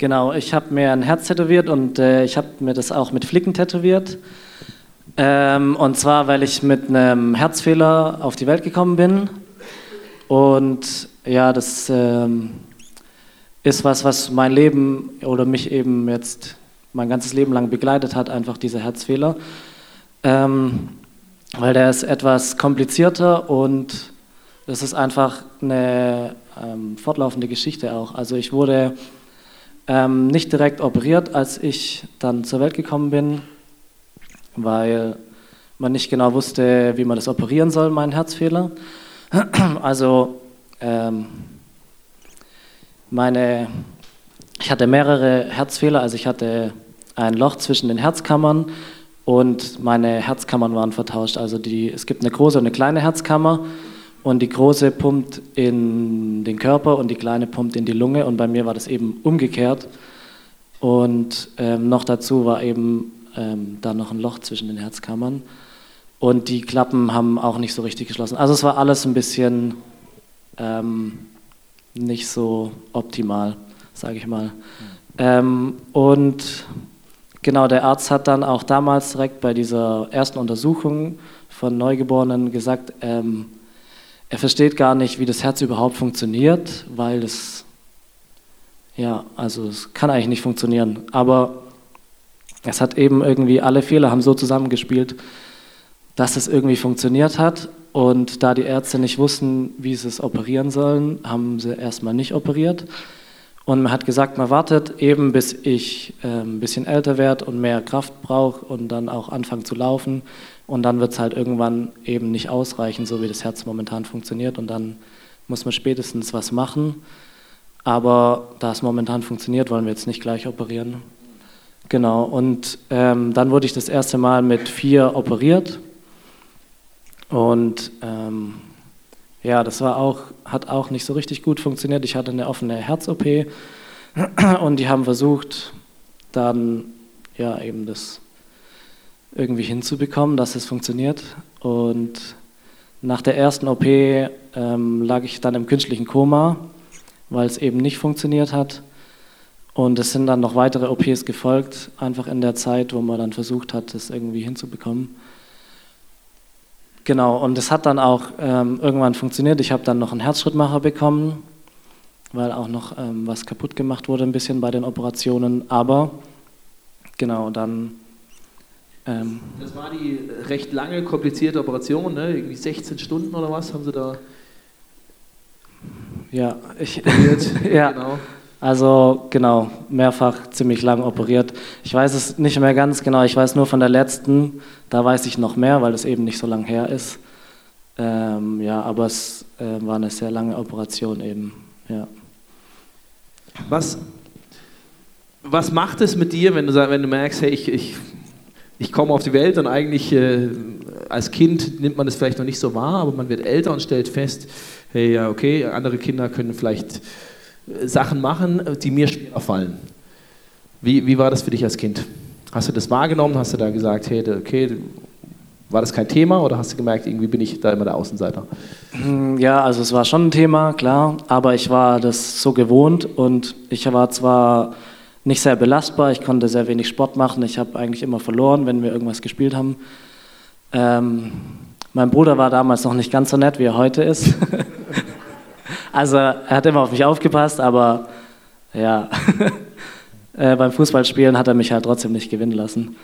Genau, ich habe mir ein Herz tätowiert und ich habe mir das auch mit Flicken tätowiert. Und zwar, weil ich mit einem Herzfehler auf die Welt gekommen bin. Und ja, das ist was mein Leben oder mich eben jetzt mein ganzes Leben lang begleitet hat, einfach dieser Herzfehler. Weil der ist etwas komplizierter und das ist einfach eine fortlaufende Geschichte auch. Also ich wurde nicht direkt operiert, als ich dann zur Welt gekommen bin, weil man nicht genau wusste, wie man das operieren soll, meinen Herzfehler. Also ich hatte mehrere Herzfehler, also ich hatte ein Loch zwischen den Herzkammern und meine Herzkammern waren vertauscht. Also es gibt eine große und eine kleine Herzkammer und die große pumpt in den Körper und die kleine pumpt in die Lunge und bei mir war das eben umgekehrt. Und noch dazu war eben da noch ein Loch zwischen den Herzkammern und die Klappen haben auch nicht so richtig geschlossen. Also es war alles ein bisschen nicht so optimal, sage ich mal. Und genau, der Arzt hat dann auch damals direkt bei dieser ersten Untersuchung von Neugeborenen gesagt, er versteht gar nicht, wie das Herz überhaupt funktioniert, weil es kann eigentlich nicht funktionieren. Aber es hat eben irgendwie, alle Fehler haben so zusammengespielt, dass es irgendwie funktioniert hat. Und da die Ärzte nicht wussten, wie sie es operieren sollen, haben sie erstmal nicht operiert. Und man hat gesagt, man wartet eben, bis ich ein bisschen älter werde und mehr Kraft brauche und dann auch anfange zu laufen. Und dann wird es halt irgendwann eben nicht ausreichen, so wie das Herz momentan funktioniert. Und dann muss man spätestens was machen. Aber da es momentan funktioniert, wollen wir jetzt nicht gleich operieren. Genau, und dann wurde ich das erste Mal mit 4 operiert. Und das hat auch nicht so richtig gut funktioniert. Ich hatte eine offene Herz-OP und die haben versucht, dann eben das irgendwie hinzubekommen, dass es funktioniert. Und nach der ersten OP lag ich dann im künstlichen Koma, weil es eben nicht funktioniert hat. Und es sind dann noch weitere OPs gefolgt, einfach in der Zeit, wo man dann versucht hat, das irgendwie hinzubekommen. Genau, und es hat dann auch irgendwann funktioniert. Ich habe dann noch einen Herzschrittmacher bekommen, weil auch noch was kaputt gemacht wurde ein bisschen bei den Operationen. Aber genau, dann... Das war die recht lange, komplizierte Operation, ne? Irgendwie 16 Stunden oder was haben Sie da? Ja, ja. Genau. Also genau, mehrfach ziemlich lang operiert. Ich weiß es nicht mehr ganz genau, ich weiß nur von der letzten, da weiß ich noch mehr, weil es eben nicht so lang her ist. Aber es war eine sehr lange Operation eben, ja. Was macht es mit dir, wenn du merkst, hey, ich komme auf die Welt und eigentlich als Kind nimmt man das vielleicht noch nicht so wahr, aber man wird älter und stellt fest, hey, ja okay, andere Kinder können vielleicht Sachen machen, die mir schwer fallen. Wie war das für dich als Kind? Hast du das wahrgenommen? Hast du da gesagt, hey, okay, war das kein Thema oder hast du gemerkt, irgendwie bin ich da immer der Außenseiter? Ja, also es war schon ein Thema, klar, aber ich war das so gewohnt und ich war zwar nicht sehr belastbar, ich konnte sehr wenig Sport machen, ich habe eigentlich immer verloren, wenn wir irgendwas gespielt haben. Mein Bruder war damals noch nicht ganz so nett, wie er heute ist. Also er hat immer auf mich aufgepasst, aber ja, beim Fußballspielen hat er mich halt trotzdem nicht gewinnen lassen.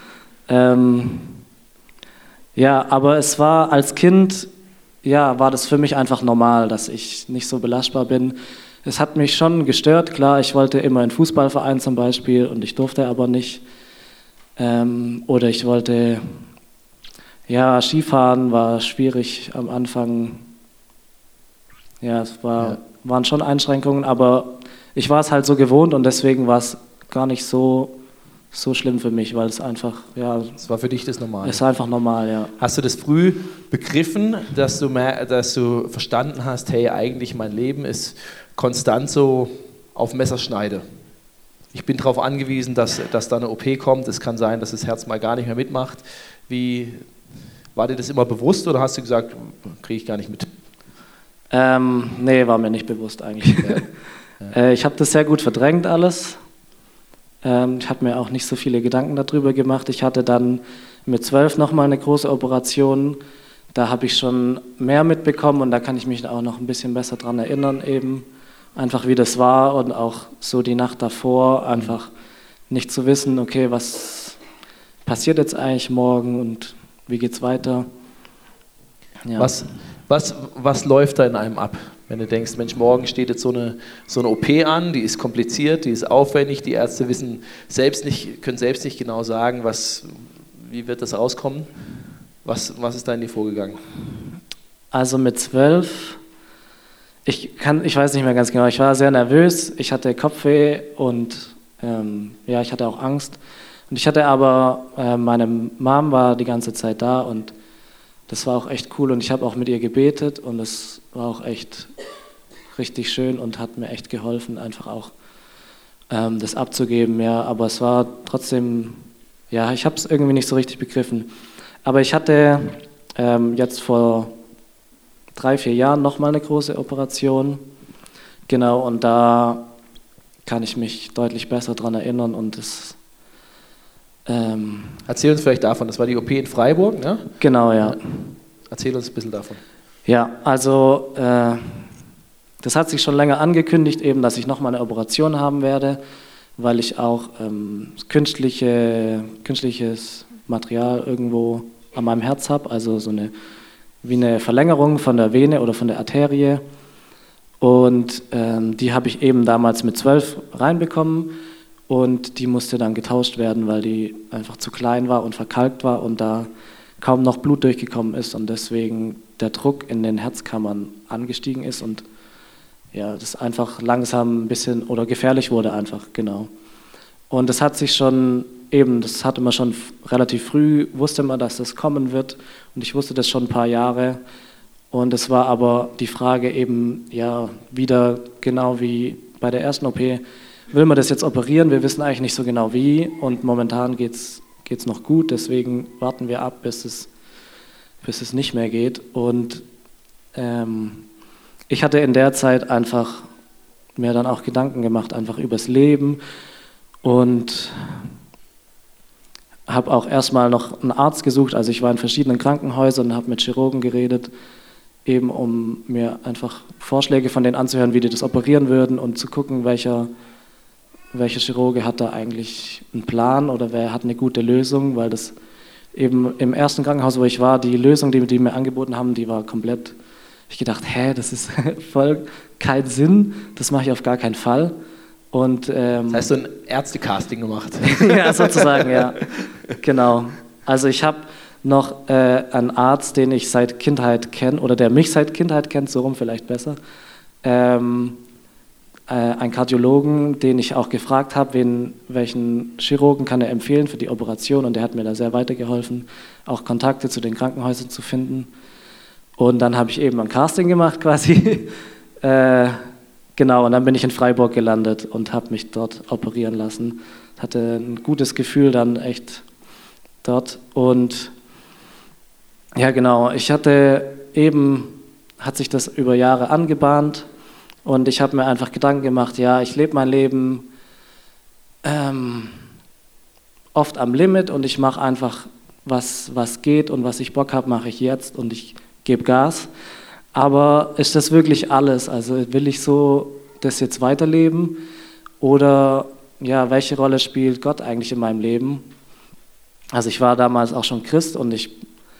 Aber es war als Kind, war das für mich einfach normal, dass ich nicht so belastbar bin. Es hat mich schon gestört, klar, ich wollte immer in den Fußballverein zum Beispiel und ich durfte aber nicht. Oder ich wollte, Skifahren war schwierig am Anfang. Ja, es waren schon Einschränkungen, aber ich war es halt so gewohnt und deswegen war es gar nicht so schlimm für mich, weil es einfach, es war für dich das Normale. Es war einfach normal, ja. Hast du das früh begriffen, dass du verstanden hast, hey, eigentlich mein Leben ist konstant so auf Messerschneide? Ich bin darauf angewiesen, dass da eine OP kommt. Es kann sein, dass das Herz mal gar nicht mehr mitmacht. War dir das immer bewusst oder hast du gesagt, kriege ich gar nicht mit? Nee, war mir nicht bewusst eigentlich. Ja. Ich habe das sehr gut verdrängt alles. Ich habe mir auch nicht so viele Gedanken darüber gemacht. Ich hatte dann mit 12 nochmal eine große Operation. Da habe ich schon mehr mitbekommen und da kann ich mich auch noch ein bisschen besser dran erinnern, eben einfach wie das war und auch so die Nacht davor, einfach nicht zu wissen, okay, was passiert jetzt eigentlich morgen und wie geht's weiter. Ja. Was läuft da in einem ab? Wenn du denkst, Mensch, morgen steht jetzt so eine OP an, die ist kompliziert, die ist aufwendig, die Ärzte können selbst nicht genau sagen, wie wird das rauskommen? Was ist da in dir vorgegangen? Also mit 12, ich weiß nicht mehr ganz genau, ich war sehr nervös, ich hatte Kopfweh und ich hatte auch Angst. Und ich hatte aber, meine Mom war die ganze Zeit da und das war auch echt cool und ich habe auch mit ihr gebetet und das war auch echt richtig schön und hat mir echt geholfen, einfach auch das abzugeben. Ja, aber es war trotzdem, ja, ich habe es irgendwie nicht so richtig begriffen. Aber ich hatte jetzt vor 3-4 Jahren nochmal eine große Operation, genau, und da kann ich mich deutlich besser daran erinnern und das erzähl uns vielleicht davon, das war die OP in Freiburg, ne? Genau, ja. Erzähl uns ein bisschen davon. Ja, also das hat sich schon länger angekündigt, eben, dass ich nochmal eine Operation haben werde, weil ich auch künstliches Material irgendwo an meinem Herz habe, also wie eine Verlängerung von der Vene oder von der Arterie. Und die habe ich eben damals mit 12 reinbekommen. Und die musste dann getauscht werden, weil die einfach zu klein war und verkalkt war und da kaum noch Blut durchgekommen ist und deswegen der Druck in den Herzkammern angestiegen ist und ja, das einfach langsam ein bisschen oder gefährlich wurde einfach, genau. Und das hat immer schon relativ früh, wusste man, dass das kommen wird und ich wusste das schon ein paar Jahre und es war aber die Frage eben, ja, wieder genau wie bei der ersten OP, will man das jetzt operieren? Wir wissen eigentlich nicht so genau wie und momentan geht's noch gut, deswegen warten wir ab, bis es nicht mehr geht. Und ich hatte in der Zeit einfach mir dann auch Gedanken gemacht, einfach übers Leben und habe auch erstmal noch einen Arzt gesucht, also ich war in verschiedenen Krankenhäusern und habe mit Chirurgen geredet, eben um mir einfach Vorschläge von denen anzuhören, wie die das operieren würden und zu gucken, welcher Chirurge hat da eigentlich einen Plan oder wer hat eine gute Lösung, weil das eben im ersten Krankenhaus, wo ich war, die Lösung, die mir angeboten haben, die war komplett, ich gedacht, das ist voll kein Sinn, das mache ich auf gar keinen Fall. Und, das heißt, du ein Ärzte-Casting gemacht? Ja, sozusagen, ja, genau. Also ich habe noch einen Arzt, den ich seit Kindheit kenne, oder der mich seit Kindheit kennt, so rum vielleicht besser, einen Kardiologen, den ich auch gefragt habe, welchen Chirurgen kann er empfehlen für die Operation und der hat mir da sehr weitergeholfen, auch Kontakte zu den Krankenhäusern zu finden. Und dann habe ich eben ein Casting gemacht quasi, genau, und dann bin ich in Freiburg gelandet und habe mich dort operieren lassen. Hatte ein gutes Gefühl dann echt dort und ja genau, hat sich das über Jahre angebahnt. Und ich habe mir einfach Gedanken gemacht, ja, ich lebe mein Leben oft am Limit und ich mache einfach, was geht und was ich Bock habe, mache ich jetzt und ich gebe Gas. Aber ist das wirklich alles? Also will ich so das jetzt weiterleben? Oder ja, welche Rolle spielt Gott eigentlich in meinem Leben? Also ich war damals auch schon Christ und ich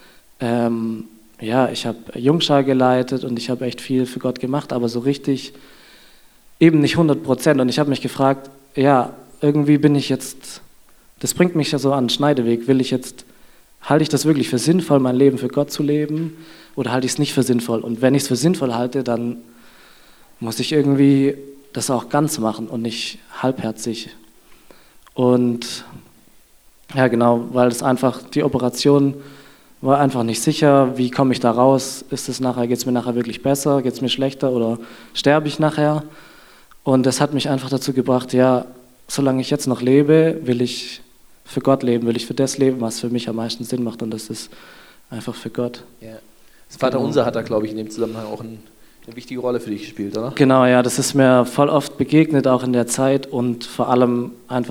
habe Jungschar geleitet und ich habe echt viel für Gott gemacht, aber so richtig eben nicht 100%. Und ich habe mich gefragt, ja, irgendwie bin ich jetzt, das bringt mich ja so an den Schneideweg, halte ich das wirklich für sinnvoll, mein Leben für Gott zu leben oder halte ich es nicht für sinnvoll? Und wenn ich es für sinnvoll halte, dann muss ich irgendwie das auch ganz machen und nicht halbherzig. Und ja genau, weil es einfach, die Operation war einfach nicht sicher, wie komme ich da raus, geht es mir nachher wirklich besser, geht es mir schlechter oder sterbe ich nachher? Und das hat mich einfach dazu gebracht, ja, solange ich jetzt noch lebe, will ich für Gott leben, will ich für das leben, was für mich am meisten Sinn macht und das ist einfach für Gott. Ja. Das Vaterunser hat da, glaube ich, in dem Zusammenhang auch eine wichtige Rolle für dich gespielt, oder? Genau, ja, das ist mir voll oft begegnet, auch in der Zeit und vor allem einfach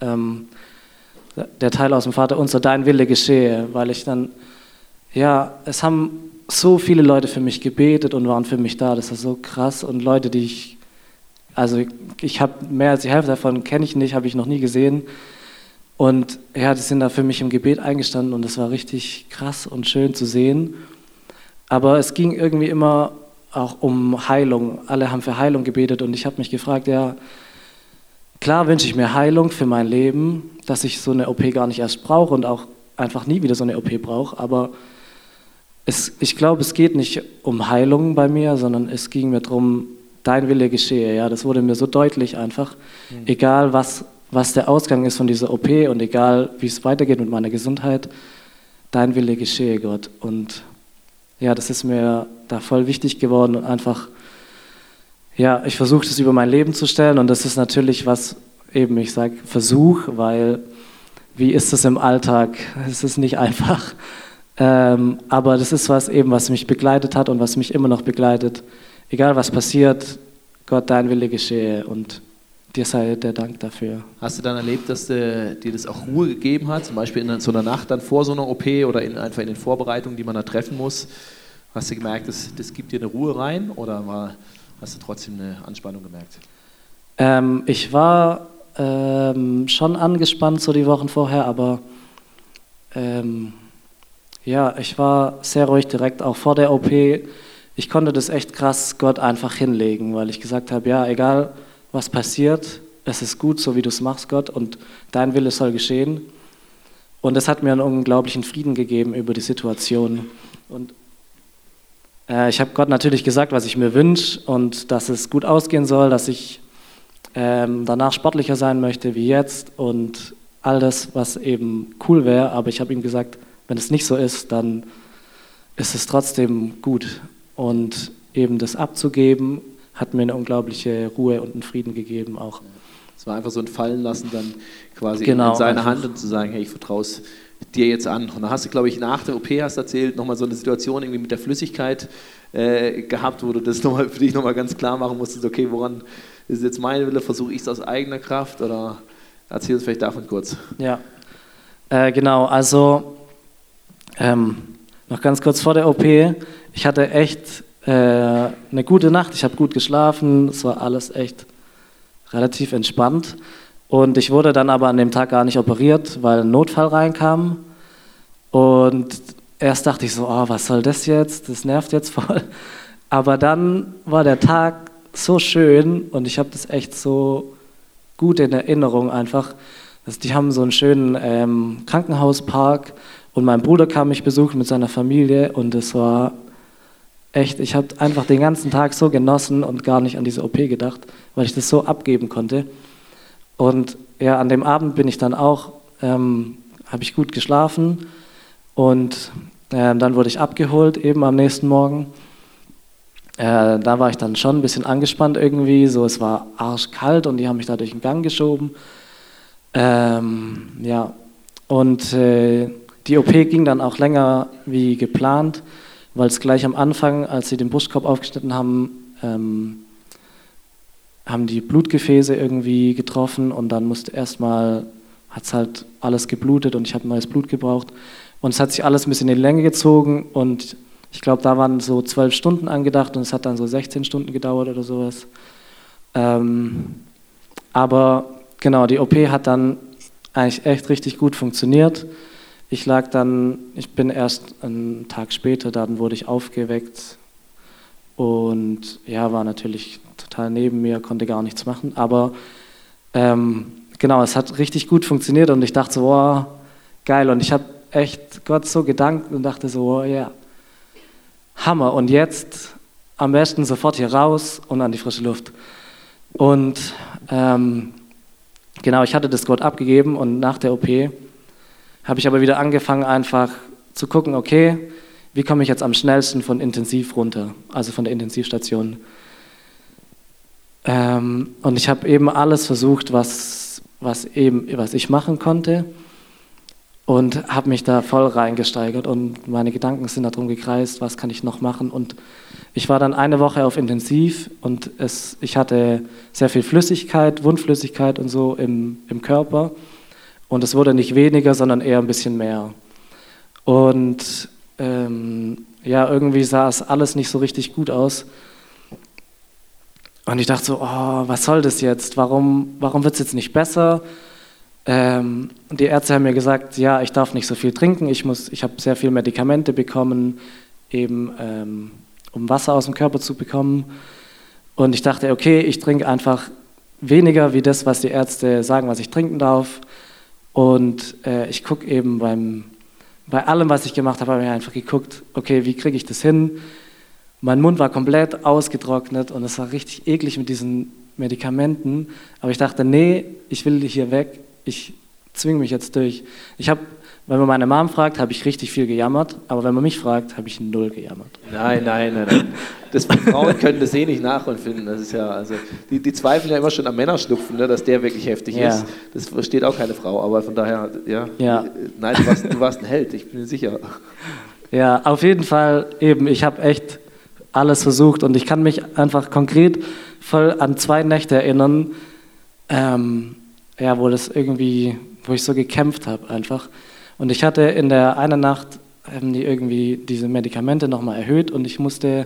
der Teil aus dem Vaterunser, dein Wille geschehe, weil ich dann, ja, es haben so viele Leute für mich gebetet und waren für mich da, das war so krass und Leute, die ich habe mehr als die Hälfte davon kenne ich nicht, habe ich noch nie gesehen und ja, die sind da für mich im Gebet eingestanden und das war richtig krass und schön zu sehen, aber es ging irgendwie immer auch um Heilung, alle haben für Heilung gebetet und ich habe mich gefragt, ja, klar wünsche ich mir Heilung für mein Leben, dass ich so eine OP gar nicht erst brauche und auch einfach nie wieder so eine OP brauche, aber ich glaube, es geht nicht um Heilung bei mir, sondern es ging mir darum, dein Wille geschehe. Ja, das wurde mir so deutlich einfach. Egal, was der Ausgang ist von dieser OP und egal, wie es weitergeht mit meiner Gesundheit, dein Wille geschehe, Gott. Und ja, das ist mir da voll wichtig geworden und einfach, ja, ich versuche das über mein Leben zu stellen und das ist natürlich was, eben ich sage Versuch, weil wie ist es im Alltag? Es ist nicht einfach. Aber das ist was eben, was mich begleitet hat und was mich immer noch begleitet. Egal was passiert, Gott, dein Wille geschehe und dir sei der Dank dafür. Hast du dann erlebt, dass dir das auch Ruhe gegeben hat, zum Beispiel in so einer Nacht dann vor so einer OP oder einfach in den Vorbereitungen, die man da treffen muss? Hast du gemerkt, das gibt dir eine Ruhe rein oder hast du trotzdem eine Anspannung gemerkt? Ich war schon angespannt so die Wochen vorher, aber ja, ich war sehr ruhig direkt, auch vor der OP. Ich konnte das echt krass Gott einfach hinlegen, weil ich gesagt habe, ja, egal was passiert, es ist gut, so wie du es machst, Gott, und dein Wille soll geschehen. Und das hat mir einen unglaublichen Frieden gegeben über die Situation. Und ich habe Gott natürlich gesagt, was ich mir wünsche und dass es gut ausgehen soll, dass ich danach sportlicher sein möchte wie jetzt und all das, was eben cool wäre. Aber ich habe ihm gesagt, wenn es nicht so ist, dann ist es trotzdem gut. Und eben das abzugeben, hat mir eine unglaubliche Ruhe und einen Frieden gegeben auch. Es war einfach so ein Fallenlassen dann quasi genau, in seine Hand und zu sagen, hey, ich vertraue es dir jetzt an. Und dann hast du, glaube ich, nach der OP hast erzählt, nochmal so eine Situation irgendwie mit der Flüssigkeit gehabt, wo du das für dich nochmal ganz klar machen musstest, okay, woran ist jetzt mein Wille, versuche ich es aus eigener Kraft oder erzähl uns vielleicht davon kurz. Ja, genau, also noch ganz kurz vor der OP, ich hatte echt eine gute Nacht, ich habe gut geschlafen, es war alles echt relativ entspannt und ich wurde dann aber an dem Tag gar nicht operiert, weil ein Notfall reinkam und erst dachte ich so, oh, was soll das jetzt, das nervt jetzt voll, aber dann war der Tag so schön und ich habe das echt so gut in Erinnerung einfach, die haben so einen schönen Krankenhauspark und mein Bruder kam mich besuchen mit seiner Familie und es war echt, ich habe einfach den ganzen Tag so genossen und gar nicht an diese OP gedacht, weil ich das so abgeben konnte. Und ja, an dem Abend bin ich dann auch, habe ich gut geschlafen und dann wurde ich abgeholt eben am nächsten Morgen. Da war ich dann schon ein bisschen angespannt irgendwie, so es war arschkalt und die haben mich da durch den Gang geschoben. Ja, und die OP ging dann auch länger wie geplant, weil es gleich am Anfang, als sie den Brustkorb aufgeschnitten haben, haben die Blutgefäße irgendwie getroffen und dann musste erstmal, hat es halt alles geblutet und ich habe neues Blut gebraucht. Und es hat sich alles ein bisschen in die Länge gezogen und ich glaube, da waren so 12 Stunden angedacht und es hat dann so 16 Stunden gedauert oder sowas. Aber genau, die OP hat dann eigentlich echt richtig gut funktioniert. Ich bin erst einen Tag später, dann wurde ich aufgeweckt und ja, war natürlich total neben mir, konnte gar nichts machen, aber genau, es hat richtig gut funktioniert und ich dachte so, wow, geil, und ich habe echt Gott so gedankt und dachte so, ja, yeah, Hammer, und jetzt am besten sofort hier raus und an die frische Luft. Und genau, ich hatte das Gott abgegeben und nach der OP habe ich aber wieder angefangen, einfach zu gucken, okay, wie komme ich jetzt am schnellsten von Intensiv runter, also von der Intensivstation. Und ich habe eben alles versucht, was ich machen konnte. und habe mich da voll reingesteigert und meine Gedanken sind darum gekreist, was kann ich noch machen. Und ich war dann eine Woche auf Intensiv und ich hatte sehr viel Flüssigkeit, Wundflüssigkeit und so im Körper und es wurde nicht weniger, sondern eher ein bisschen mehr. Und ja, irgendwie sah es alles nicht so richtig gut aus. Und ich dachte so, oh, was soll das jetzt? Warum wird es jetzt nicht besser? Die Ärzte haben mir gesagt, ja, ich darf nicht so viel trinken. Ich habe sehr viel Medikamente bekommen, eben um Wasser aus dem Körper zu bekommen. Und ich dachte, okay, ich trinke einfach weniger wie das, was die Ärzte sagen, was ich trinken darf. Und ich gucke eben bei allem, was ich gemacht habe, habe ich einfach geguckt, okay, wie kriege ich das hin? Mein Mund war komplett ausgetrocknet und es war richtig eklig mit diesen Medikamenten. Aber ich dachte, nee, ich will hier weg, ich zwinge mich jetzt durch. Wenn man meine Mom fragt, habe ich richtig viel gejammert, aber wenn man mich fragt, habe ich 0 gejammert. Nein. Frauen können das eh nicht nachempfinden. Das ist ja, also, die zweifeln ja immer schon am Männerschnupfen, ne, dass der wirklich heftig ist. Das versteht auch keine Frau, aber von daher, ja. Nein, du warst ein Held, ich bin mir sicher. Ja, auf jeden Fall eben, ich habe echt alles versucht und ich kann mich einfach konkret voll an 2 Nächte erinnern, wo ich so gekämpft habe einfach. Und ich hatte in der einen Nacht, haben die irgendwie diese Medikamente nochmal erhöht und ich musste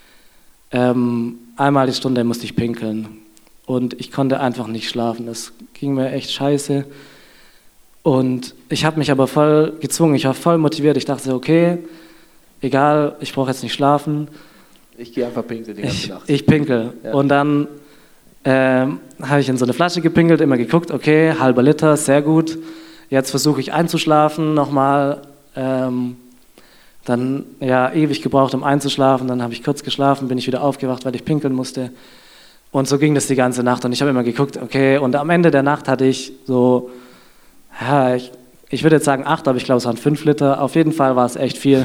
einmal die Stunde musste ich pinkeln. Und ich konnte einfach nicht schlafen. Das ging mir echt scheiße. Und ich habe mich aber voll gezwungen, ich war voll motiviert. Ich dachte, okay, egal, ich brauche jetzt nicht schlafen. Ich gehe einfach pinkeln die ganze Nacht. Ich pinkel. Ja. Und dann habe ich in so eine Flasche gepinkelt, immer geguckt, okay, halber Liter, sehr gut. Jetzt versuche ich einzuschlafen nochmal. Dann ewig gebraucht, um einzuschlafen. Dann habe ich kurz geschlafen, bin ich wieder aufgewacht, weil ich pinkeln musste. Und so ging das die ganze Nacht. Und ich habe immer geguckt, okay, und am Ende der Nacht hatte ich so, ich würde jetzt sagen 8, aber ich glaube, es waren 5 Liter. Auf jeden Fall war es echt viel.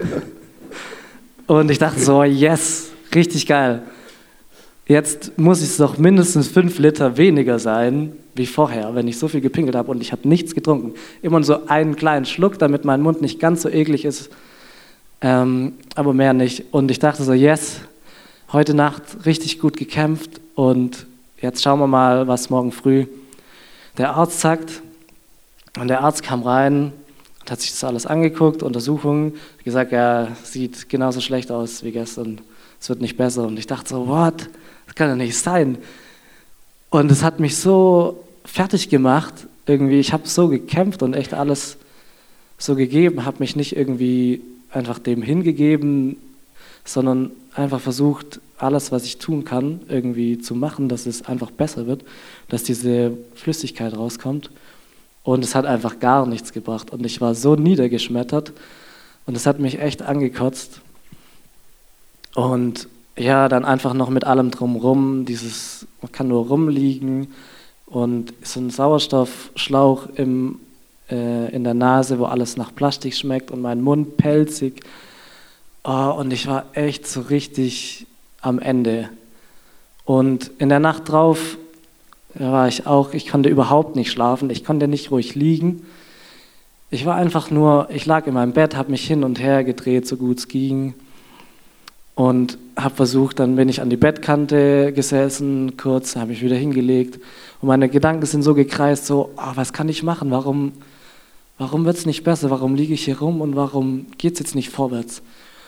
Und ich dachte so, yes, richtig geil. Jetzt muss es doch mindestens 5 Liter weniger sein wie vorher, wenn ich so viel gepinkelt habe und ich habe nichts getrunken. Immer so einen kleinen Schluck, damit mein Mund nicht ganz so eklig ist, aber mehr nicht. Und ich dachte so, yes, heute Nacht richtig gut gekämpft und jetzt schauen wir mal, was morgen früh der Arzt sagt. Und der Arzt kam rein und hat sich das alles angeguckt, Untersuchungen, hat gesagt, ja, sieht genauso schlecht aus wie gestern, es wird nicht besser. Und ich dachte so, what? Das kann ja nicht sein. Und es hat mich so fertig gemacht, irgendwie, ich habe so gekämpft und echt alles so gegeben, habe mich nicht irgendwie einfach dem hingegeben, sondern einfach versucht, alles, was ich tun kann, irgendwie zu machen, dass es einfach besser wird, dass diese Flüssigkeit rauskommt. Und es hat einfach gar nichts gebracht. Und ich war so niedergeschmettert und es hat mich echt angekotzt. Und ja, dann einfach noch mit allem drumherum, man kann nur rumliegen und so ein Sauerstoffschlauch in der Nase, wo alles nach Plastik schmeckt und mein Mund pelzig. Oh, und ich war echt so richtig am Ende. Und in der Nacht drauf war ich konnte überhaupt nicht schlafen, ich konnte nicht ruhig liegen. Ich lag in meinem Bett, habe mich hin und her gedreht, so gut es ging. Und habe versucht, dann bin ich an die Bettkante gesessen, kurz, habe ich wieder hingelegt. Und meine Gedanken sind so gekreist, so, was kann ich machen? Warum wird es nicht besser? Warum liege ich hier rum und warum geht es jetzt nicht vorwärts?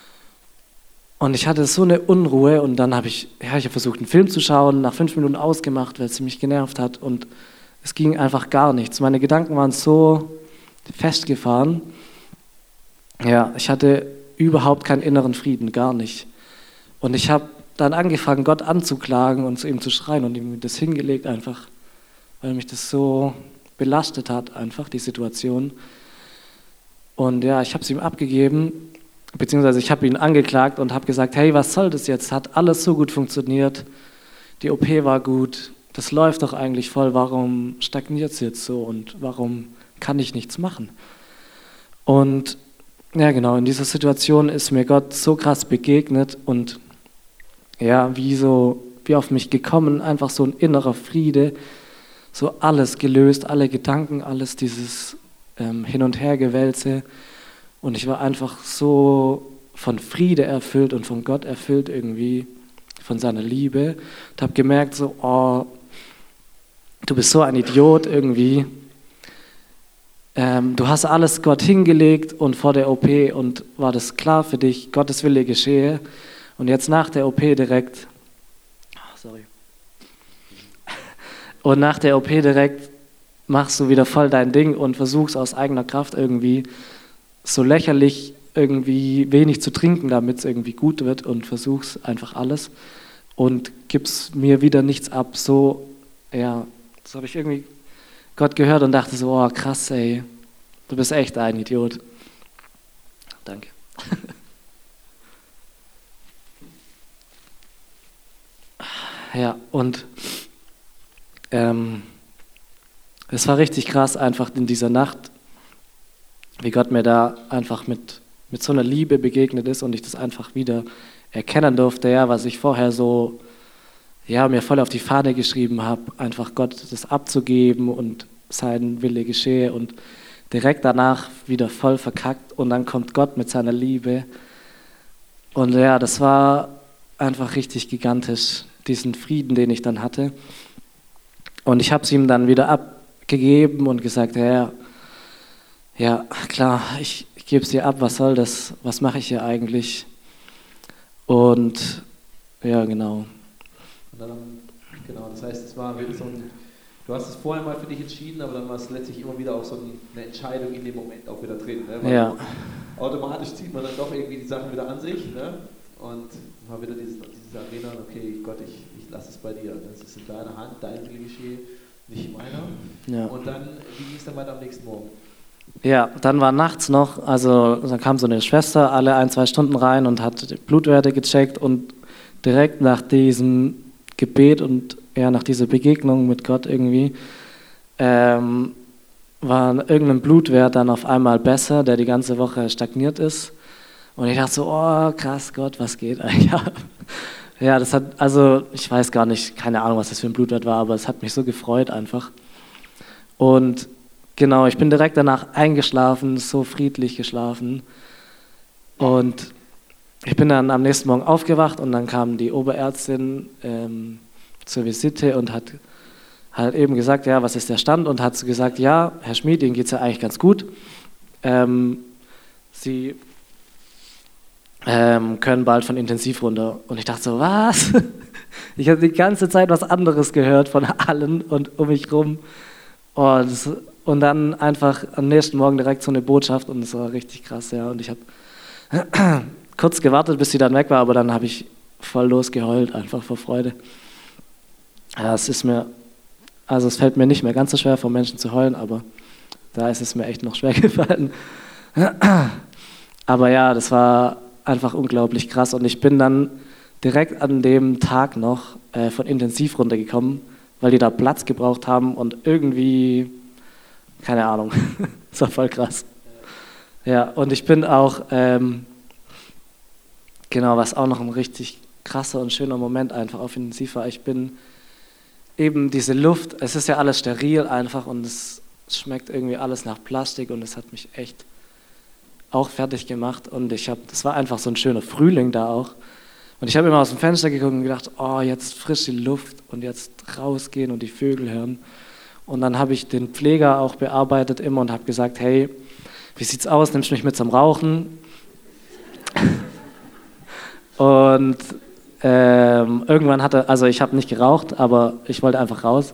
Und ich hatte so eine Unruhe und dann habe ich versucht, einen Film zu schauen, nach 5 Minuten ausgemacht, weil es mich genervt hat und es ging einfach gar nichts. Meine Gedanken waren so festgefahren. Ja, ich hatte überhaupt keinen inneren Frieden, gar nicht. Und ich habe dann angefangen, Gott anzuklagen und zu ihm zu schreien und ihm das hingelegt einfach, weil mich das so belastet hat, einfach die Situation. Und ja, ich habe es ihm abgegeben, beziehungsweise ich habe ihn angeklagt und habe gesagt, hey, was soll das jetzt? Hat alles so gut funktioniert, die OP war gut, das läuft doch eigentlich voll, warum stagniert es jetzt so und warum kann ich nichts machen? Und ja, genau, in dieser Situation ist mir Gott so krass begegnet und ja, wie auf mich gekommen, einfach so ein innerer Friede, so alles gelöst, alle Gedanken, alles dieses Hin- und Hergewälze. Und ich war einfach so von Friede erfüllt und von Gott erfüllt irgendwie, von seiner Liebe. Und habe gemerkt so, oh, du bist so ein Idiot irgendwie. Du hast alles Gott hingelegt und vor der OP und war das klar für dich, Gottes Wille geschehe. Und jetzt nach der OP direkt, und nach der OP direkt machst du wieder voll dein Ding und versuchst aus eigener Kraft irgendwie so lächerlich irgendwie wenig zu trinken, damit es irgendwie gut wird und versuchst einfach alles und gibst mir wieder nichts ab. So, ja, das habe ich irgendwie Gott gehört und dachte so, oh krass ey, du bist echt ein Idiot. Danke. Ja, und es war richtig krass einfach in dieser Nacht, wie Gott mir da einfach mit so einer Liebe begegnet ist und ich das einfach wieder erkennen durfte, ja, was ich vorher so, ja, mir voll auf die Fahne geschrieben habe, einfach Gott das abzugeben und sein Wille geschehe und direkt danach wieder voll verkackt und dann kommt Gott mit seiner Liebe und ja, das war einfach richtig gigantisch, diesen Frieden, den ich dann hatte und ich habe es ihm dann wieder abgegeben und gesagt, ja, klar, ich gebe es dir ab, was soll das, was mache ich hier eigentlich? Und ja, genau. Und dann, genau, das heißt, es war wirklich so du hast es vorher mal für dich entschieden, aber dann war es letztlich immer wieder auch so eine Entscheidung in dem Moment auch wieder drin. Ne? Weil ja. Automatisch zieht man dann doch irgendwie die Sachen wieder an sich, ne? Und mal wieder dieses Erinnern, okay, Gott, ich lasse es bei dir. Das ist in deiner Hand, dein Wille geschehe, nicht meiner. Ja. Und dann, wie ging es dann weiter am nächsten Morgen? Ja, dann war nachts noch, also dann kam so eine Schwester alle 1-2 Stunden rein und hat die Blutwerte gecheckt und direkt nach diesem Gebet und ja, nach dieser Begegnung mit Gott irgendwie war irgendein Blutwert dann auf einmal besser, der die ganze Woche stagniert ist. Und ich dachte so, oh krass, Gott, was geht eigentlich ab? Ja, das hat, also ich weiß gar nicht, keine Ahnung, was das für ein Blutwert war, aber es hat mich so gefreut einfach. Und genau, ich bin direkt danach eingeschlafen, so friedlich geschlafen. Und ich bin dann am nächsten Morgen aufgewacht und dann kam die Oberärztin zur Visite und hat halt eben gesagt, ja, was ist der Stand? Und hat so gesagt, ja, Herr Schmid, Ihnen geht es ja eigentlich ganz gut. Sie können bald von Intensiv runter. Und ich dachte so, was? Ich habe die ganze Zeit was anderes gehört von allen und um mich rum. Und dann einfach am nächsten Morgen direkt so eine Botschaft und es war richtig krass, ja. Und ich habe kurz gewartet, bis sie dann weg war, aber dann habe ich voll losgeheult, einfach vor Freude. Ja, es fällt mir nicht mehr ganz so schwer, vor Menschen zu heulen, aber da ist es mir echt noch schwer gefallen. Aber ja, das war einfach unglaublich krass und ich bin dann direkt an dem Tag noch von Intensiv runtergekommen, weil die da Platz gebraucht haben und irgendwie, keine Ahnung, das war voll krass. Ja, und ich bin auch, genau, was auch noch ein richtig krasser und schöner Moment einfach auf Intensiv war, ich bin eben diese Luft, es ist ja alles steril einfach und es schmeckt irgendwie alles nach Plastik und es hat mich echt auch fertig gemacht und das war einfach so ein schöner Frühling da auch. Und ich habe immer aus dem Fenster geguckt und gedacht, oh, jetzt frische Luft und jetzt rausgehen und die Vögel hören. Und dann habe ich den Pfleger auch bearbeitet immer und habe gesagt, hey, wie sieht's aus, nimmst du mich mit zum Rauchen? Und irgendwann also ich habe nicht geraucht, aber ich wollte einfach raus.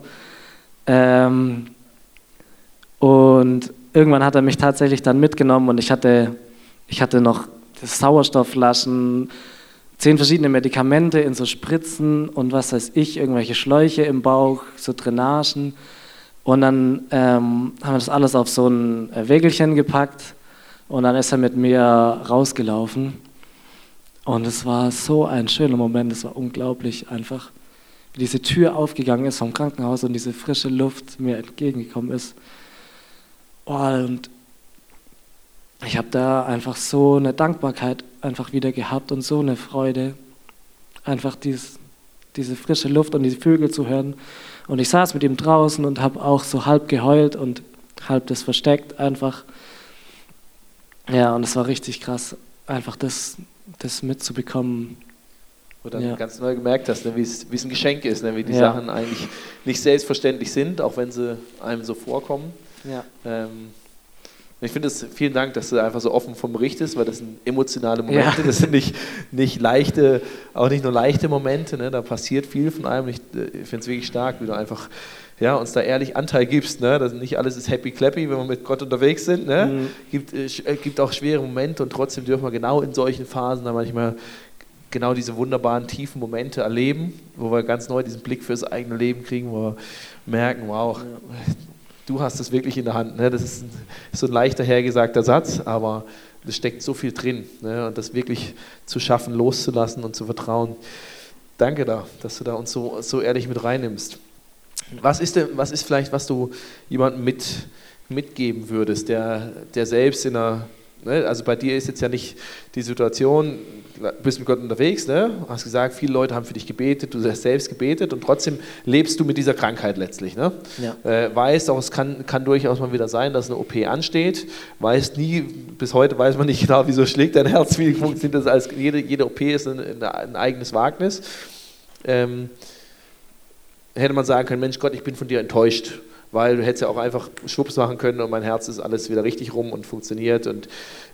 Und irgendwann hat er mich tatsächlich dann mitgenommen und ich hatte noch Sauerstoffflaschen, 10 verschiedene Medikamente in so Spritzen und was weiß ich, irgendwelche Schläuche im Bauch, so Drainagen. Und dann haben wir das alles auf so ein Wägelchen gepackt und dann ist er mit mir rausgelaufen. Und es war so ein schöner Moment, es war unglaublich einfach, wie diese Tür aufgegangen ist vom Krankenhaus und diese frische Luft mir entgegengekommen ist. Oh, und ich habe da einfach so eine Dankbarkeit einfach wieder gehabt und so eine Freude, einfach diese frische Luft und die Vögel zu hören. Und ich saß mit ihm draußen und habe auch so halb geheult und halb das versteckt einfach. Ja, und es war richtig krass, einfach das mitzubekommen. Wo du dann ganz neu gemerkt hast, ne, wie es ein Geschenk ist, ne, wie die Ja. Sachen eigentlich nicht selbstverständlich sind, auch wenn sie einem so vorkommen. Ja. Ich finde es, vielen Dank, dass du einfach so offen vom berichtest, weil das sind emotionale Momente, das sind nicht leichte, auch nicht nur leichte Momente, ne, da passiert viel von einem. Ich finde es wirklich stark, wie du einfach uns da ehrlich Anteil gibst, ne, dass nicht alles ist happy clappy, wenn wir mit Gott unterwegs sind, ne, gibt auch schwere Momente und trotzdem dürfen wir genau in solchen Phasen dann manchmal genau diese wunderbaren, tiefen Momente erleben, wo wir ganz neu diesen Blick fürs eigene Leben kriegen, wo wir merken, wow, du hast es wirklich in der Hand. Ne? Das ist so ein leichter hergesagter Satz, aber es steckt so viel drin. Ne? Und das wirklich zu schaffen, loszulassen und zu vertrauen. Danke dass du da uns so ehrlich mit reinnimmst. Was ist vielleicht, was du jemandem mitgeben würdest, der selbst in einer, ne? Also bei dir ist jetzt ja nicht die Situation, du bist mit Gott unterwegs, ne? Hast gesagt, viele Leute haben für dich gebetet, du hast selbst gebetet und trotzdem lebst du mit dieser Krankheit letztlich. Ne? Ja. Weißt auch, es kann durchaus mal wieder sein, dass eine OP ansteht. Bis heute weiß man nicht genau, wieso schlägt dein Herz, wie funktioniert das alles. Jede OP ist ein eigenes Wagnis. Hätte man sagen können, Mensch Gott, ich bin von dir enttäuscht, weil du hättest ja auch einfach Schwupps machen können und mein Herz ist alles wieder richtig rum und funktioniert und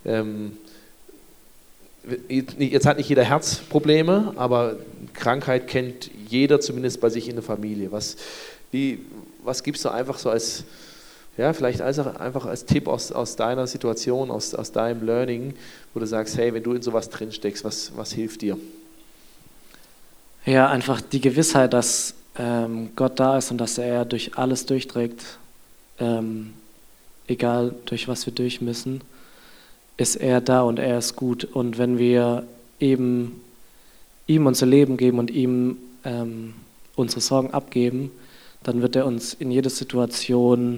jetzt hat nicht jeder Herzprobleme, aber Krankheit kennt jeder, zumindest bei sich in der Familie. Was gibst du einfach so als, vielleicht einfach als Tipp aus deiner Situation, aus deinem Learning, wo du sagst, hey, wenn du in sowas drin steckst, was hilft dir? Ja, einfach die Gewissheit, dass Gott da ist und dass er durch alles durchträgt, egal durch was wir durch müssen, ist er da und er ist gut. Und wenn wir eben ihm unser Leben geben und ihm unsere Sorgen abgeben, dann wird er uns in jeder Situation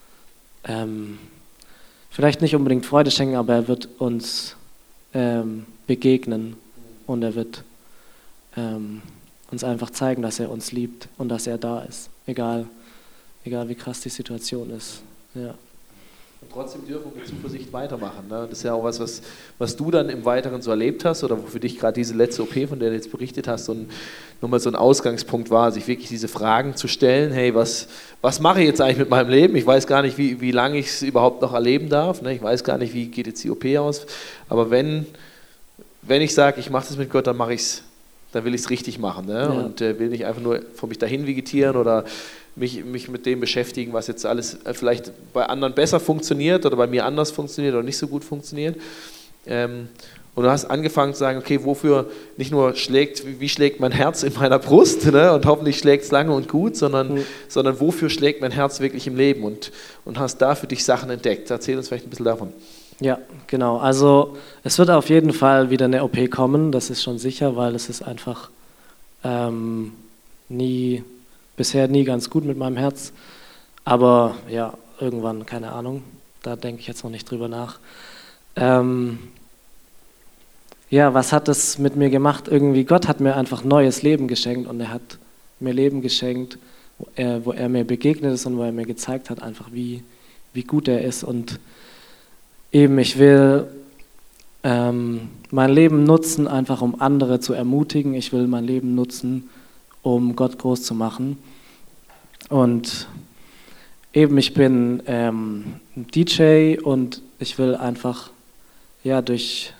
vielleicht nicht unbedingt Freude schenken, aber er wird uns begegnen und er wird uns einfach zeigen, dass er uns liebt und dass er da ist, egal wie krass die Situation ist. Ja. Und trotzdem dürfen wir mit Zuversicht weitermachen. Ne? Das ist ja auch was du dann im Weiteren so erlebt hast oder wo für dich gerade diese letzte OP, von der du jetzt berichtet hast, nochmal so ein Ausgangspunkt war, sich wirklich diese Fragen zu stellen, hey, was mache ich jetzt eigentlich mit meinem Leben? Ich weiß gar nicht, wie lange ich es überhaupt noch erleben darf. Ne? Ich weiß gar nicht, wie geht jetzt die OP aus. Aber wenn ich sage, ich mache das mit Gott, dann mache ich es. Dann will ich es richtig machen, ne? Ja. Und will nicht einfach nur vor mich dahin vegetieren oder mich mit dem beschäftigen, was jetzt alles vielleicht bei anderen besser funktioniert oder bei mir anders funktioniert oder nicht so gut funktioniert. Und du hast angefangen zu sagen, okay, wofür nicht nur wie schlägt mein Herz in meiner Brust, ne? Und hoffentlich schlägt es lange und gut, sondern wofür schlägt mein Herz wirklich im Leben und hast da für dich Sachen entdeckt. Erzähl uns vielleicht ein bisschen davon. Ja, genau. Also es wird auf jeden Fall wieder eine OP kommen, das ist schon sicher, weil es ist einfach bisher nie ganz gut mit meinem Herz. Aber ja, irgendwann, keine Ahnung, da denke ich jetzt noch nicht drüber nach. Was hat das mit mir gemacht? Irgendwie, Gott hat mir einfach neues Leben geschenkt und er hat mir Leben geschenkt, wo er mir begegnet ist und wo er mir gezeigt hat, einfach wie gut er ist. Und eben, ich will mein Leben nutzen, einfach um andere zu ermutigen. Ich will mein Leben nutzen, um Gott groß zu machen. Und eben, ich bin DJ und ich will einfach durch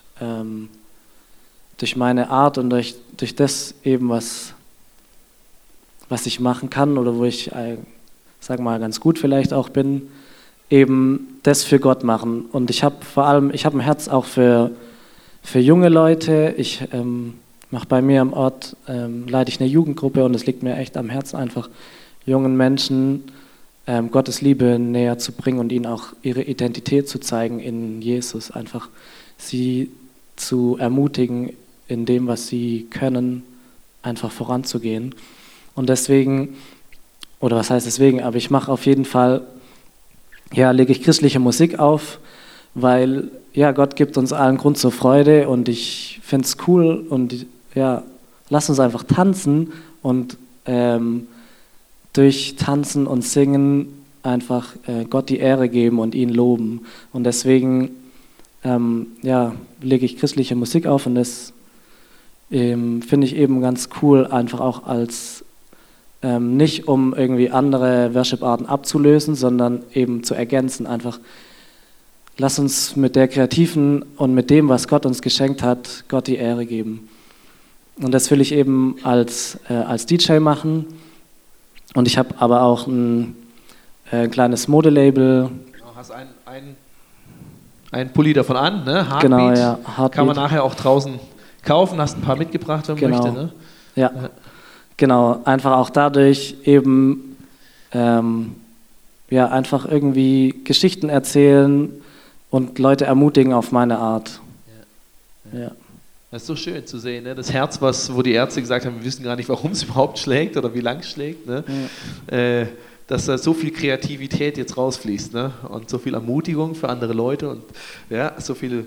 meine Art und durch das eben, was ich machen kann oder wo ich, sag mal, ganz gut vielleicht auch bin, eben das für Gott machen. Und ich habe ein Herz auch für junge Leute. Ich mache bei mir am Ort, leite ich eine Jugendgruppe und es liegt mir echt am Herzen, einfach jungen Menschen Gottes Liebe näher zu bringen und ihnen auch ihre Identität zu zeigen in Jesus. Einfach sie zu ermutigen, in dem, was sie können, einfach voranzugehen. Und deswegen, oder was heißt deswegen, aber ich mache auf jeden Fall, lege ich christliche Musik auf, weil Gott gibt uns allen Grund zur Freude und ich finde es cool und lass uns einfach tanzen und durch Tanzen und Singen einfach Gott die Ehre geben und ihn loben. Und deswegen lege ich christliche Musik auf und das finde ich eben ganz cool, einfach auch als nicht um irgendwie andere Worship-Arten abzulösen, sondern eben zu ergänzen. Einfach, lass uns mit der Kreativen und mit dem, was Gott uns geschenkt hat, Gott die Ehre geben. Und das will ich eben als DJ machen. Und ich habe aber auch ein kleines Modelabel. Du hast einen Pulli davon an, ne? Heartbeat. Genau, ja. Heartbeat. Kann man nachher auch draußen kaufen, hast ein paar mitgebracht, wenn man möchte, ne? Ja. Genau, einfach auch dadurch eben einfach irgendwie Geschichten erzählen und Leute ermutigen auf meine Art. Ja. Das ist so schön zu sehen, ne? Das Herz, wo die Ärzte gesagt haben, wir wissen gar nicht, warum es überhaupt schlägt oder wie lang es schlägt, ne? Ja. Dass da so viel Kreativität jetzt rausfließt, ne? Und so viel Ermutigung für andere Leute und so viel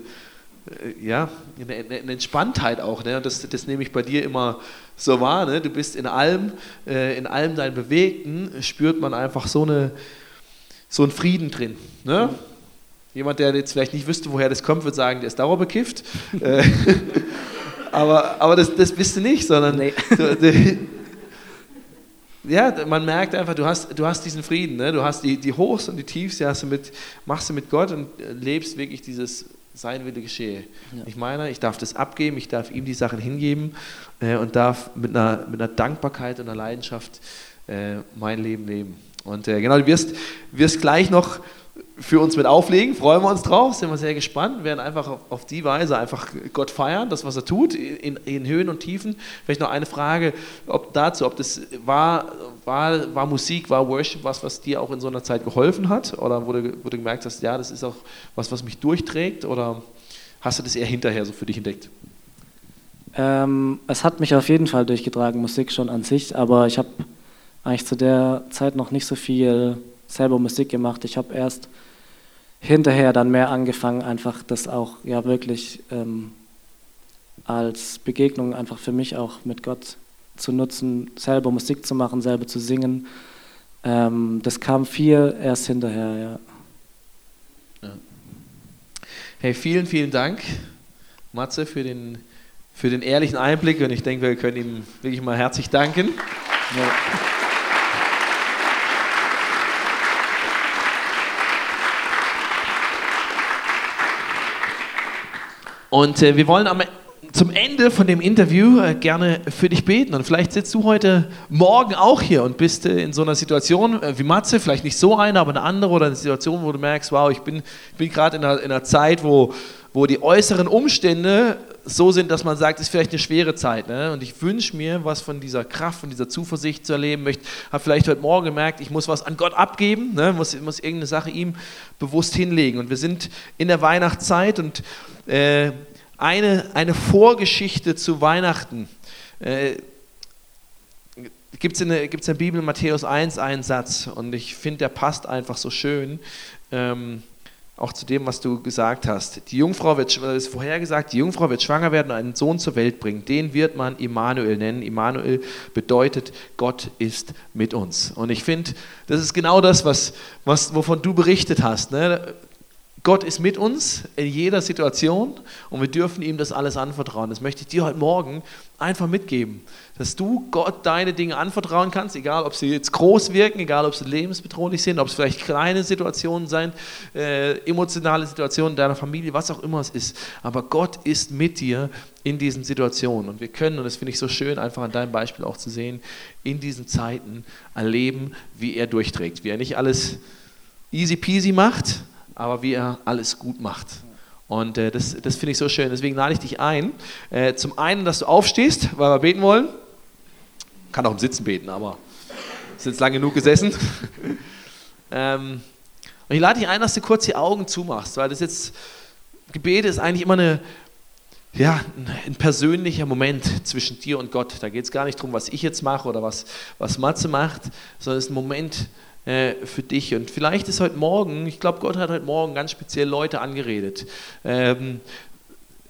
eine Entspanntheit auch, ne? Und das nehme ich bei dir immer so wahr, ne? Du bist in allem deinen Bewegten, spürt man einfach so einen Frieden drin, ne? Jemand, der jetzt vielleicht nicht wüsste, woher das kommt, wird sagen, der ist dauerbekifft. aber das bist du nicht, sondern nee. Man merkt einfach, du hast diesen Frieden, ne? Du hast die Hochs und die Tiefs, machst du mit Gott und lebst wirklich dieses sein Wille geschehe. Ja. Ich meine, ich darf das abgeben, ich darf ihm die Sachen hingeben und darf mit einer Dankbarkeit und einer Leidenschaft mein Leben leben. Und genau, du wirst gleich noch für uns mit auflegen, freuen wir uns drauf, sind wir sehr gespannt, werden einfach auf die Weise einfach Gott feiern, das, was er tut, in Höhen und Tiefen. Vielleicht noch eine Frage ob das war Musik, war Worship was dir auch in so einer Zeit geholfen hat? Oder wo du gemerkt hast, ja, das ist auch was mich durchträgt? Oder hast du das eher hinterher so für dich entdeckt? Es hat mich auf jeden Fall durchgetragen, Musik schon an sich, aber ich habe eigentlich zu der Zeit noch nicht so viel selber Musik gemacht. Ich habe erst hinterher dann mehr angefangen, einfach das auch wirklich als Begegnung einfach für mich auch mit Gott zu nutzen, selber Musik zu machen, selber zu singen. Das kam viel erst hinterher, ja. Hey, vielen, vielen Dank, Matze, für den ehrlichen Einblick und ich denke, wir können ihm wirklich mal herzlich danken. Ja. Und wir wollen zum Ende von dem Interview gerne für dich beten. Und vielleicht sitzt du heute Morgen auch hier und bist in so einer Situation wie Matze, vielleicht nicht so eine, aber eine andere oder eine Situation, wo du merkst, wow, ich bin gerade in einer Zeit, wo die äußeren Umstände so sind, dass man sagt, es ist vielleicht eine schwere Zeit. Ne? Und ich wünsche mir, was von dieser Kraft, von dieser Zuversicht zu erleben möchte. Habe vielleicht heute Morgen gemerkt, ich muss was an Gott abgeben, ne? muss irgendeine Sache ihm bewusst hinlegen. Und wir sind in der Weihnachtszeit und eine Vorgeschichte zu Weihnachten. Gibt es in der Bibel in Matthäus 1 einen Satz und ich finde, der passt einfach so schön. Auch zu dem, was du gesagt hast. Die Jungfrau wird schwanger werden und einen Sohn zur Welt bringen. Den wird man Immanuel nennen. Immanuel bedeutet, Gott ist mit uns. Und ich finde, das ist genau das, wovon du berichtet hast. Ne? Gott ist mit uns in jeder Situation und wir dürfen ihm das alles anvertrauen. Das möchte ich dir heute Morgen einfach mitgeben, dass du Gott deine Dinge anvertrauen kannst, egal ob sie jetzt groß wirken, egal ob sie lebensbedrohlich sind, ob es vielleicht kleine Situationen sind, emotionale Situationen in deiner Familie, was auch immer es ist. Aber Gott ist mit dir in diesen Situationen und wir können, und das finde ich so schön, einfach an deinem Beispiel auch zu sehen, in diesen Zeiten erleben, wie er durchträgt, wie er nicht alles easy peasy macht, aber wie er alles gut macht. Und das finde ich so schön. Deswegen lade ich dich ein. Zum einen, dass du aufstehst, weil wir beten wollen. Kann auch im Sitzen beten, aber ist jetzt lange genug gesessen. Und ich lade dich ein, dass du kurz die Augen zumachst, weil Gebet ist eigentlich immer ein persönlicher Moment zwischen dir und Gott. Da geht es gar nicht darum, was ich jetzt mache oder was Matze macht, sondern es ist ein Moment für dich. Und vielleicht ist heute Morgen, ich glaube, Gott hat heute Morgen ganz speziell Leute angeredet.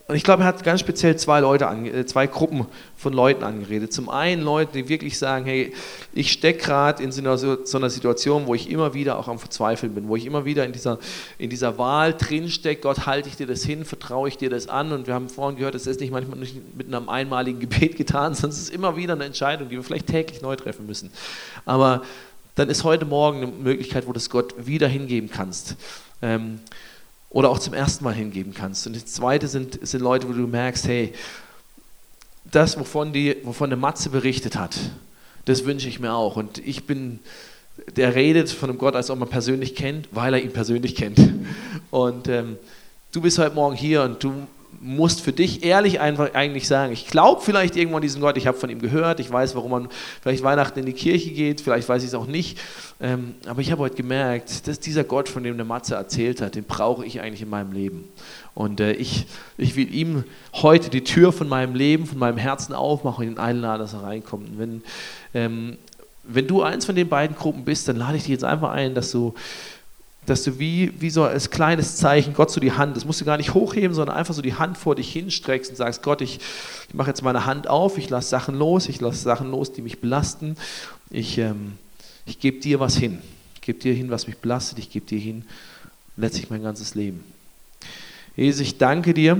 Und ich glaube, er hat ganz speziell zwei Gruppen von Leuten angeredet. Zum einen Leute, die wirklich sagen, hey, ich stecke gerade in so einer Situation, wo ich immer wieder auch am Verzweifeln bin, wo ich immer wieder in dieser Wahl drinstecke, Gott, halte ich dir das hin, vertraue ich dir das an? Und wir haben vorhin gehört, das ist nicht manchmal nicht mit einem einmaligen Gebet getan, sondern es ist immer wieder eine Entscheidung, die wir vielleicht täglich neu treffen müssen. Aber dann ist heute Morgen eine Möglichkeit, wo du es Gott wieder hingeben kannst. Oder auch zum ersten Mal hingeben kannst. Und das Zweite sind Leute, wo du merkst, hey, das, wovon der Matze berichtet hat, das wünsche ich mir auch. Und der redet von einem Gott, als ob man persönlich kennt, weil er ihn persönlich kennt. Und du bist heute Morgen hier und du musst für dich ehrlich einfach eigentlich sagen, ich glaube vielleicht irgendwo an diesen Gott, ich habe von ihm gehört, ich weiß, warum man vielleicht Weihnachten in die Kirche geht, vielleicht weiß ich es auch nicht, aber ich habe heute gemerkt, dass dieser Gott, von dem der Matze erzählt hat, den brauche ich eigentlich in meinem Leben. Und ich will ihm heute die Tür von meinem Leben, von meinem Herzen aufmachen und ihn einladen, dass er reinkommt. Und wenn du eins von den beiden Gruppen bist, dann lade ich dich jetzt einfach ein, dass du wie so als kleines Zeichen Gott so die Hand, das musst du gar nicht hochheben, sondern einfach so die Hand vor dich hinstreckst und sagst, Gott, ich mache jetzt meine Hand auf, ich lasse Sachen los, die mich belasten, ich gebe dir was hin, ich gebe dir hin, was mich belastet, ich gebe dir hin letztlich mein ganzes Leben. Jesus, ich danke dir,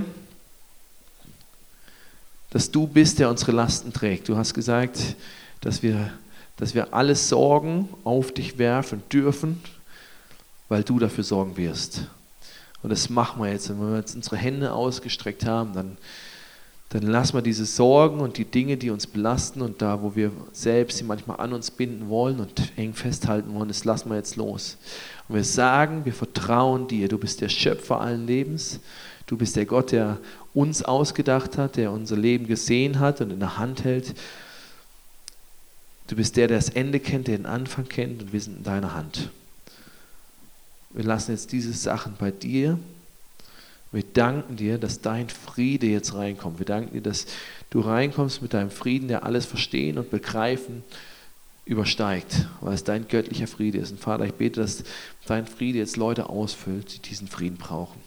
dass du bist, der unsere Lasten trägt. Du hast gesagt, dass wir alle Sorgen auf dich werfen dürfen, weil du dafür sorgen wirst. Und das machen wir jetzt. Und wenn wir jetzt unsere Hände ausgestreckt haben, dann lassen wir diese Sorgen und die Dinge, die uns belasten und da, wo wir selbst sie manchmal an uns binden wollen und eng festhalten wollen, das lassen wir jetzt los. Und wir sagen, wir vertrauen dir. Du bist der Schöpfer allen Lebens. Du bist der Gott, der uns ausgedacht hat, der unser Leben gesehen hat und in der Hand hält. Du bist der das Ende kennt, der den Anfang kennt und wir sind in deiner Hand. Wir lassen jetzt diese Sachen bei dir. Wir danken dir, dass dein Friede jetzt reinkommt. Wir danken dir, dass du reinkommst mit deinem Frieden, der alles Verstehen und Begreifen übersteigt, weil es dein göttlicher Friede ist. Und Vater, ich bete, dass dein Friede jetzt Leute ausfüllt, die diesen Frieden brauchen.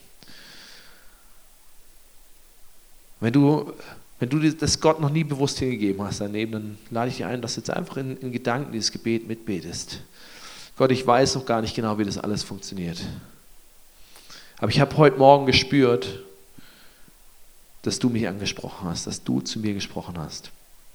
Wenn du das Gott noch nie bewusst hingegeben hast, dein Leben, dann lade ich dich ein, dass du jetzt einfach in Gedanken dieses Gebet mitbetest. Gott, ich weiß noch gar nicht genau, wie das alles funktioniert. Aber ich habe heute Morgen gespürt, dass du mich angesprochen hast, dass du zu mir gesprochen hast.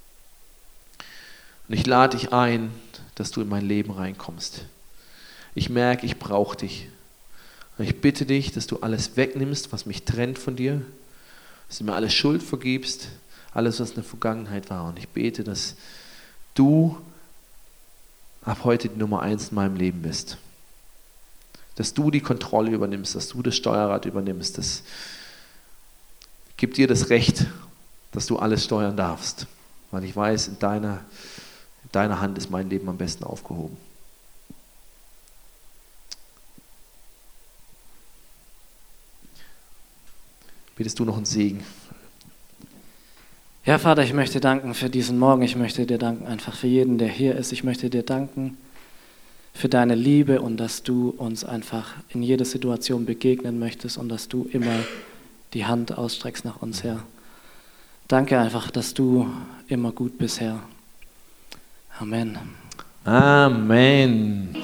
Und ich lade dich ein, dass du in mein Leben reinkommst. Ich merke, ich brauche dich. Und ich bitte dich, dass du alles wegnimmst, was mich trennt von dir, dass du mir alle Schuld vergibst, alles, was in der Vergangenheit war. Und ich bete, dass du ab heute die Nummer 1 in meinem Leben bist. Dass du die Kontrolle übernimmst, dass du das Steuerrad übernimmst. Das gibt dir das Recht, dass du alles steuern darfst. Weil ich weiß, in deiner Hand ist mein Leben am besten aufgehoben. Bittest du noch einen Segen? Ja, Vater, ich möchte danken für diesen Morgen. Ich möchte dir danken einfach für jeden, der hier ist. Ich möchte dir danken für deine Liebe und dass du uns einfach in jeder Situation begegnen möchtest und dass du immer die Hand ausstreckst nach uns, Herr. Danke einfach, dass du immer gut bist, Herr. Amen. Amen.